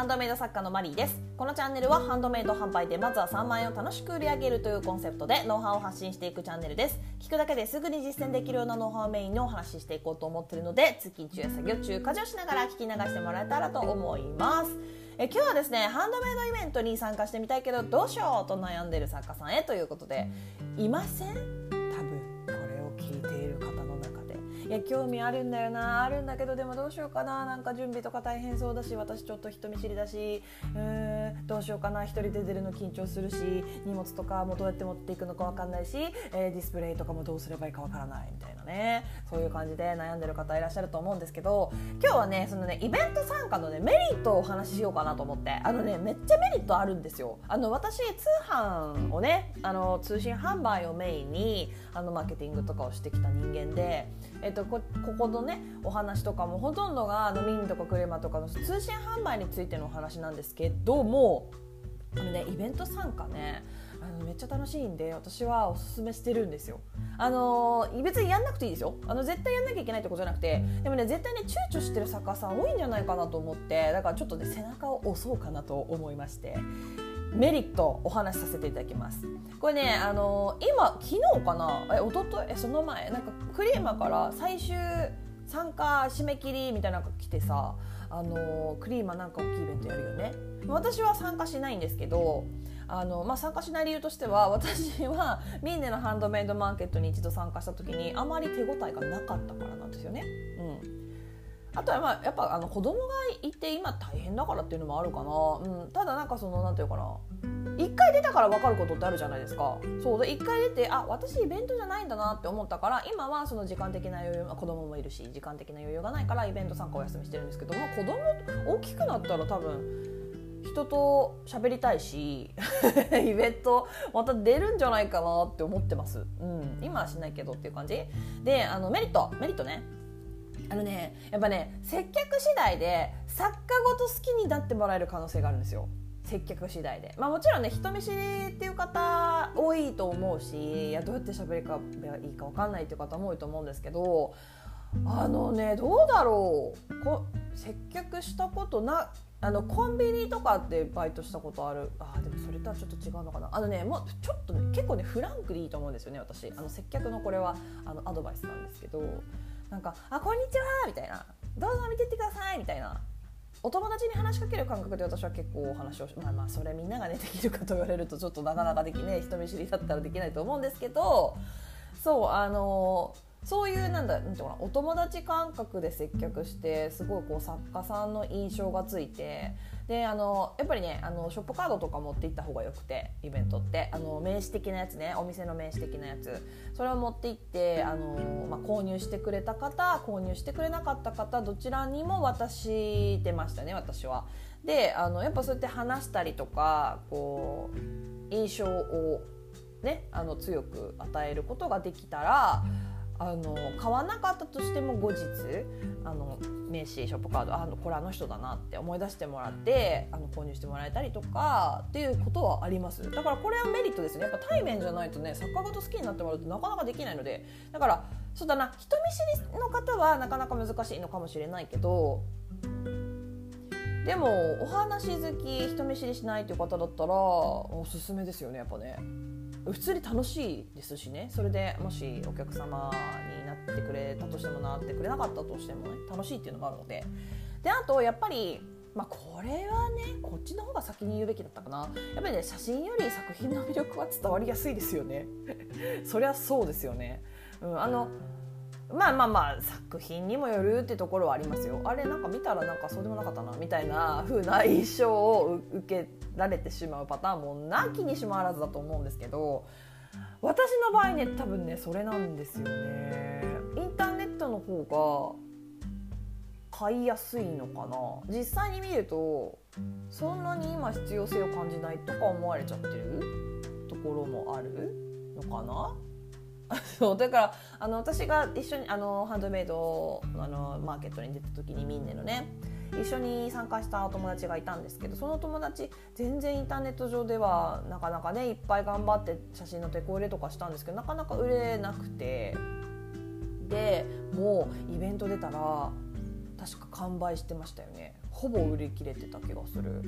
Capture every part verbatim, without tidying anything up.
ハンドメイド作家のマリーです。このチャンネルはハンドメイド販売でまずはさんまんえんを楽しく売り上げるというコンセプトでノウハウを発信していくチャンネルです。聞くだけですぐに実践できるようなノウハウをメインにお話ししていこうと思っているので、通勤中や作業中、家事をしながら聞き流してもらえたらと思います。え今日はですね、ハンドメイドイベントに参加してみたいけどどうしようと悩んでいる作家さんへということで、いません？多分これを聞いている方の中で、いや興味あるんだよな、あるんだけどでもどうしようかな、なんか準備とか大変そうだし、私ちょっと人見知りだし、うーんどうしようかな、一人で出るの緊張するし、荷物とかもどうやって持っていくのか分かんないし、えー、ディスプレイとかもどうすればいいか分からないみたいなね、そういう感じで悩んでる方いらっしゃると思うんですけど、今日はねそのねイベント参加のねメリットをお話ししようかなと思って、あのねめっちゃメリットあるんですよ。あの私通販をね、あの通信販売をメインにあのマーケティングとかをしてきた人間で、えっと、こ, ここのねお話とかもほとんどがあのミンとかクレマとかの通信販売についてのお話なんですけども、あのねイベント参加ねあのめっちゃ楽しいんで私はおすすめしてるんですよ。あのー、別にやんなくていいですよ。あの絶対やんなきゃいけないってことじゃなくて、でもね絶対ね躊躇してる作家さん多いんじゃないかなと思って、だからちょっとね背中を押そうかなと思いまして、メリットお話しさせていただきます。これね、あのー、今昨日かな、え一昨日えその前なんかクリーマから最終参加締め切りみたいなのが来てさ、あのー、クリーマなんか大きいイベントやるよね。私は参加しないんですけど、あの、まあ、参加しない理由としては、私はミンネのハンドメイドマーケットに一度参加した時にあまり手応えがなかったからなんですよね。うんあとはまあやっぱあの子供がいて今大変だからっていうのもあるかな、うん、ただなんかそのなんていうかな、一回出たから分かることってあるじゃないですか。そうで一回出て、あ私イベントじゃないんだなって思ったから、今はその時間的な余裕、子供もいるし時間的な余裕がないからイベント参加をお休みしてるんですけども、子供大きくなったら多分人と喋りたいしイベントまた出るんじゃないかなって思ってます、うん、今はしないけどっていう感じで、あのメリットメリットね、あのねやっぱね接客次第で作家ごと好きになってもらえる可能性があるんですよ。接客次第で、まあ、もちろんね人見知りっていう方多いと思うし、いやどうやって喋りかいいか分かんないっていう方も多いと思うんですけど、あのねどうだろう、こ接客したことな、あのコンビニとかでバイトしたことある。あでもそれとはちょっと違うのかな。あのねもうちょっとね結構ねフランクでいいと思うんですよね。私あの接客のこれはあのアドバイスなんですけど、なんかあこんにちはみたいな、どうぞ見てってくださいみたいな、お友達に話しかける感覚で私は結構お話をし、まあまあそれみんながねできるかと言われるとちょっとなかなかできね、人見知りだったらできないと思うんですけど、そうあのそういうなんだなんていうかな、お友達感覚で接客してすごいこう作家さんの印象がついて、であのやっぱりねあのショップカードとか持って行った方がよくて、イベントってあの名刺的なやつね、お店の名刺的なやつ、それを持って行ってあの、まあ、購入してくれた方購入してくれなかった方どちらにも渡してましたね、私は。であのやっぱそうやって話したりとかこう印象をねあの強く与えることができたら、あの買わなかったとしても後日あの名刺ショップカード、あのこれあの人だなって思い出してもらってあの購入してもらえたりとかっていうことはあります。だからこれはメリットですね。やっぱ対面じゃないとね作家ごと好きになってもらうとなかなかできないので、だからそうだな、人見知りの方はなかなか難しいのかもしれないけど、でもお話好き人見知りしないという方だったらおすすめですよね。やっぱね普通に楽しいですしね、それでもしお客様になってくれたとしてもなってくれなかったとしてもね楽しいっていうのがあるので、であとやっぱりまあこれはねこっちの方が先に言うべきだったかな、やっぱりね写真より作品の魅力は伝わりやすいですよねそりゃそうですよね、うん、あのまあまあまあ作品にもよるってところはありますよ。あれなんか見たらなんかそうでもなかったなみたいな風な印象を受けられてしまうパターンもなきにしもあらずだと思うんですけど、私の場合ね多分ねそれなんですよね。インターネットの方が買いやすいのかな。実際に見るとそんなに今必要性を感じないとか思われちゃってるところもあるのかなそうだからあの私が一緒にあのハンドメイドあのマーケットに出た時にミンネのね一緒に参加したお友達がいたんですけど、その友達全然インターネット上ではなかなかねいっぱい頑張って写真の手こ入れとかしたんですけどなかなか売れなくて、でもうイベント出たら確か完売してましたよね。 ほぼ売り切れてた気がする、うん、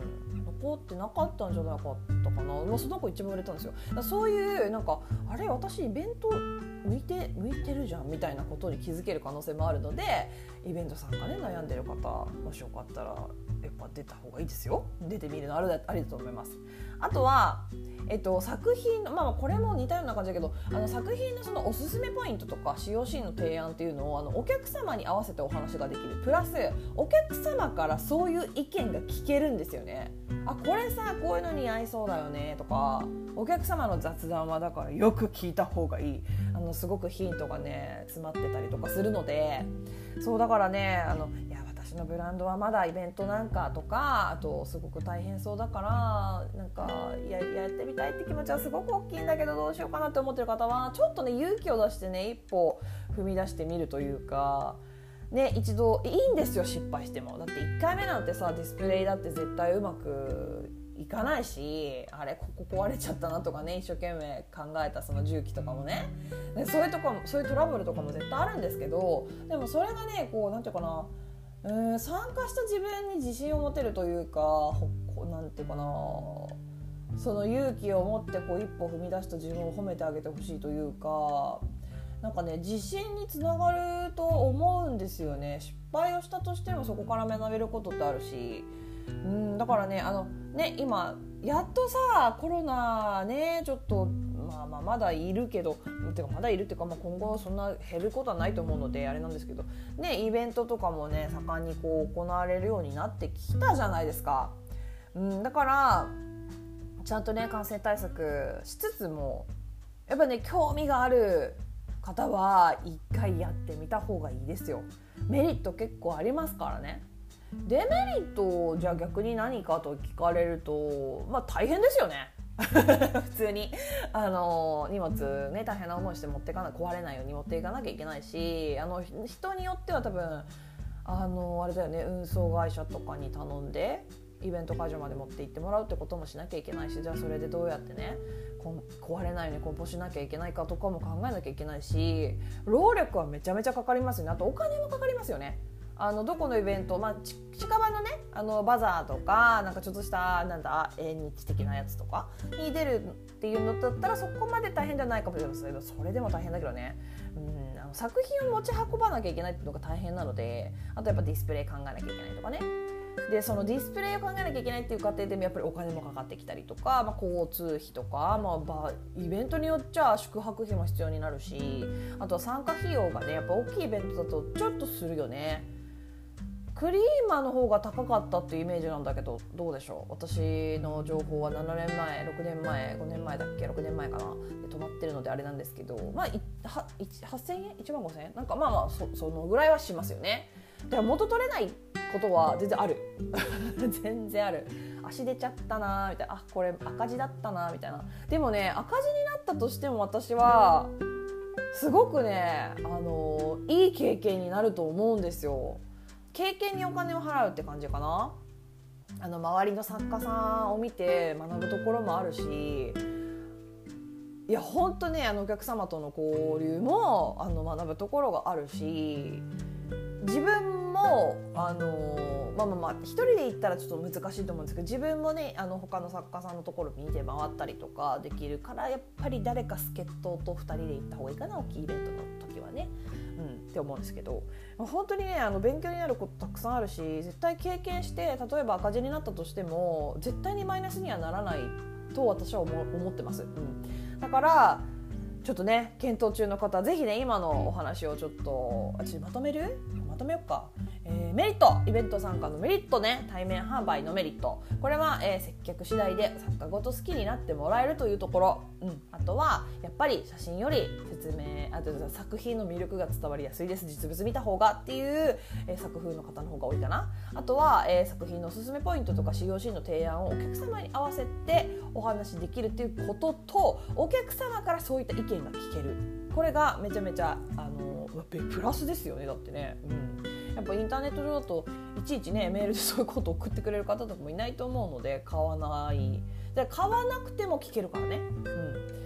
残ってなかったんじゃなかったかな、まあ、その子一番売れたんですよ。だからそういうなんかあれ私イベント向いて向いてるじゃんみたいなことに気づける可能性もあるので、イベント参加ね悩んでる方もしよかったらやっぱ出た方がいいですよ。出てみるのありだありだと思います。あとは、えっと、作品の、まあ、これも似たような感じだけど、あの作品のそのおすすめポイントとか使用シーンの提案っていうのをあのお客様に合わせてお話ができる、プラスお客様からそういう意見が聞けるんですよね。あ、これさこういうのに合いそうだよねとか、お客様の雑談はだからよく聞いた方がいい、あのすごくヒントがね詰まってたりとかするので、そうだからね、あのいや私のブランドはまだイベントなんかとか、あとすごく大変そうだからなんか や, やってみたいって気持ちはすごく大きいんだけどどうしようかなって思ってる方はちょっとね勇気を出してね一歩踏み出してみるというかね、一度いいんですよ失敗しても。だっていっかいめなんてさディスプレイだって絶対うまくいかないし、あれここ壊れちゃったなとかね一生懸命考えたその重機とかもね、そういうとこもそういうトラブルとかも絶対あるんですけど、でもそれがねこうなんていうかな、うーん参加した自分に自信を持てるというか、ほなんていうかな、その勇気を持ってこう一歩踏み出した自分を褒めてあげてほしいというか、なんかね自信につながると思うんですよね。失敗をしたとしてもそこから学べることってあるし、うん、だからねあのね今やっとさコロナねちょっとまあまあまだいるけどてかまだいるっていうか、まあ、今後そんな減ることはないと思うのであれなんですけどね、イベントとかもね盛んにこう行われるようになってきたじゃないですか、うん、だからちゃんとね感染対策しつつもやっぱね興味がある方は一回やってみた方がいいですよ。メリット結構ありますからね。デメリットじゃあ逆に何かと聞かれると、まあ大変ですよね普通にあの荷物ね大変な思いして持っていかない、壊れないように持っていかなきゃいけないし、あの人によっては多分あのあれだよね運送会社とかに頼んでイベント会場まで持って行ってもらうってこともしなきゃいけないし、じゃあそれでどうやってね壊れないように梱包しなきゃいけないかとかも考えなきゃいけないし、労力はめちゃめちゃかかりますよね。あとお金もかかりますよね。あのどこのイベント、まあ、近場のねあのバザーとかなんかちょっとしたなんだ縁日的なやつとかに出るっていうのだったらそこまで大変じゃないかもしれませんけど、それでも大変だけどね、うん、あの作品を持ち運ばなきゃいけないっていうのが大変なので、あとやっぱディスプレイ考えなきゃいけないとかね、でそのディスプレイを考えなきゃいけないっていう過程でもやっぱりお金もかかってきたりとか、まあ、交通費とか、まあ、まあイベントによっちゃ宿泊費も必要になるし、あとは参加費用がねやっぱ大きいイベントだとちょっとするよね。クリーマの方が高かったっていうイメージなんだけどどうでしょう。私の情報はななねんまえろくねんまえごねんまえだっけろくねんまえかなで止まってるのであれなんですけど、まあははっせんえんいちまんごせんえんなんかまあまあ そ, そのぐらいはしますよね。だから元取れないことは全然ある全然ある。足出ちゃったなみたいな、あこれ赤字だったなみたいな。でもね赤字になったとしても私はすごくねあのいい経験になると思うんですよ。経験にお金を払うって感じかな。あの周りの作家さんを見て学ぶところもあるし、いや本当ねあのお客様との交流もあの学ぶところがあるし、自分もあのまあまあまあ一人で行ったらちょっと難しいと思うんですけど、自分もねあの他の作家さんのところ見て回ったりとかできるから、やっぱり誰か助っ人とふたりで行った方がいいかな、大きいイベントの時はね、うん、って思うんですけど、本当にねあの勉強になることたくさんあるし、絶対経験して例えば赤字になったとしても絶対にマイナスにはならないと私は 思, 思ってます、うん、だからちょっとね検討中の方ぜひね今のお話をちょっとあちょっとまとめるまとめようか、えー、メリットイベント参加のメリットね、対面販売のメリット、これは、えー、接客次第で作家ごと好きになってもらえるというところ、うん、あとはやっぱり写真より説明あと作品の魅力が伝わりやすいです、実物見た方がっていう、えー、作風の方の方が多いかな。あとは、えー、作品のおすすめポイントとか使用シーンの提案をお客様に合わせてお話しできるっていうことと、お客様からそういった意見が聞ける、これがめちゃめちゃあのプラスですよね。だってね、うん、やっぱインターネット上だといちいちねメールでそういうことを送ってくれる方とかもいないと思うので買わないで買わなくても聞けるからね、うん、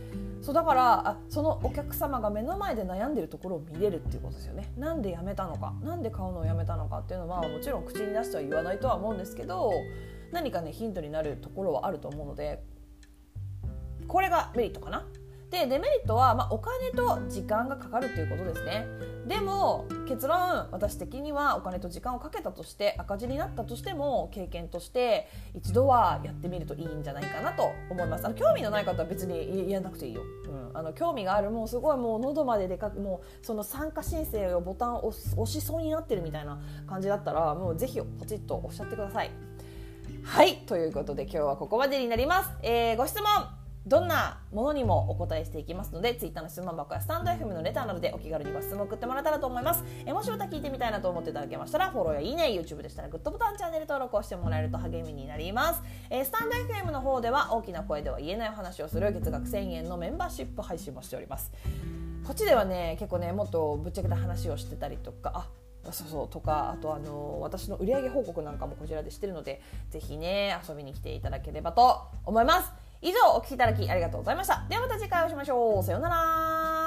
そうだからあそのお客様が目の前で悩んでるところを見れるっていうことですよね。なんで辞めたのか、なんで買うのをやめたのかっていうのはもちろん口に出しては言わないとは思うんですけど、何かねヒントになるところはあると思うので、これがメリットかな。でデメリットは、まあ、お金と時間がかかるっていうことですね。でも結論、私的にはお金と時間をかけたとして赤字になったとしても経験として一度はやってみるといいんじゃないかなと思います。あの興味のない方は別にやらなくていいよ、うん、あの興味がある、もうすごいもう喉まででかく、もうその参加申請をボタンを押す押しそうになってるみたいな感じだったら、もうぜひポチッとおっしゃってください。はい、ということで今日はここまでになります。えー、ご質問どんなものにもお答えしていきますので、ツイッターの質問箱やスタンド エフエム のレターなどでお気軽にご質問を送ってもらえたらと思います。えもしまた聞いてみたいなと思っていただけましたらフォローやいいね、 YouTube でしたらグッドボタン、チャンネル登録をしてもらえると励みになります。えー、スタンド エフエム の方では大きな声では言えないお話をする月額せんえんのメンバーシップ配信もしております。こっちではね結構ねもっとぶっちゃけた話をしてたりとか、あそうそうとか、あとあの私の売上報告なんかもこちらでしてるので、ぜひね遊びに来ていただければと思います。以上お聞きいただきありがとうございました。ではまた次回お会いしましょう。さようなら。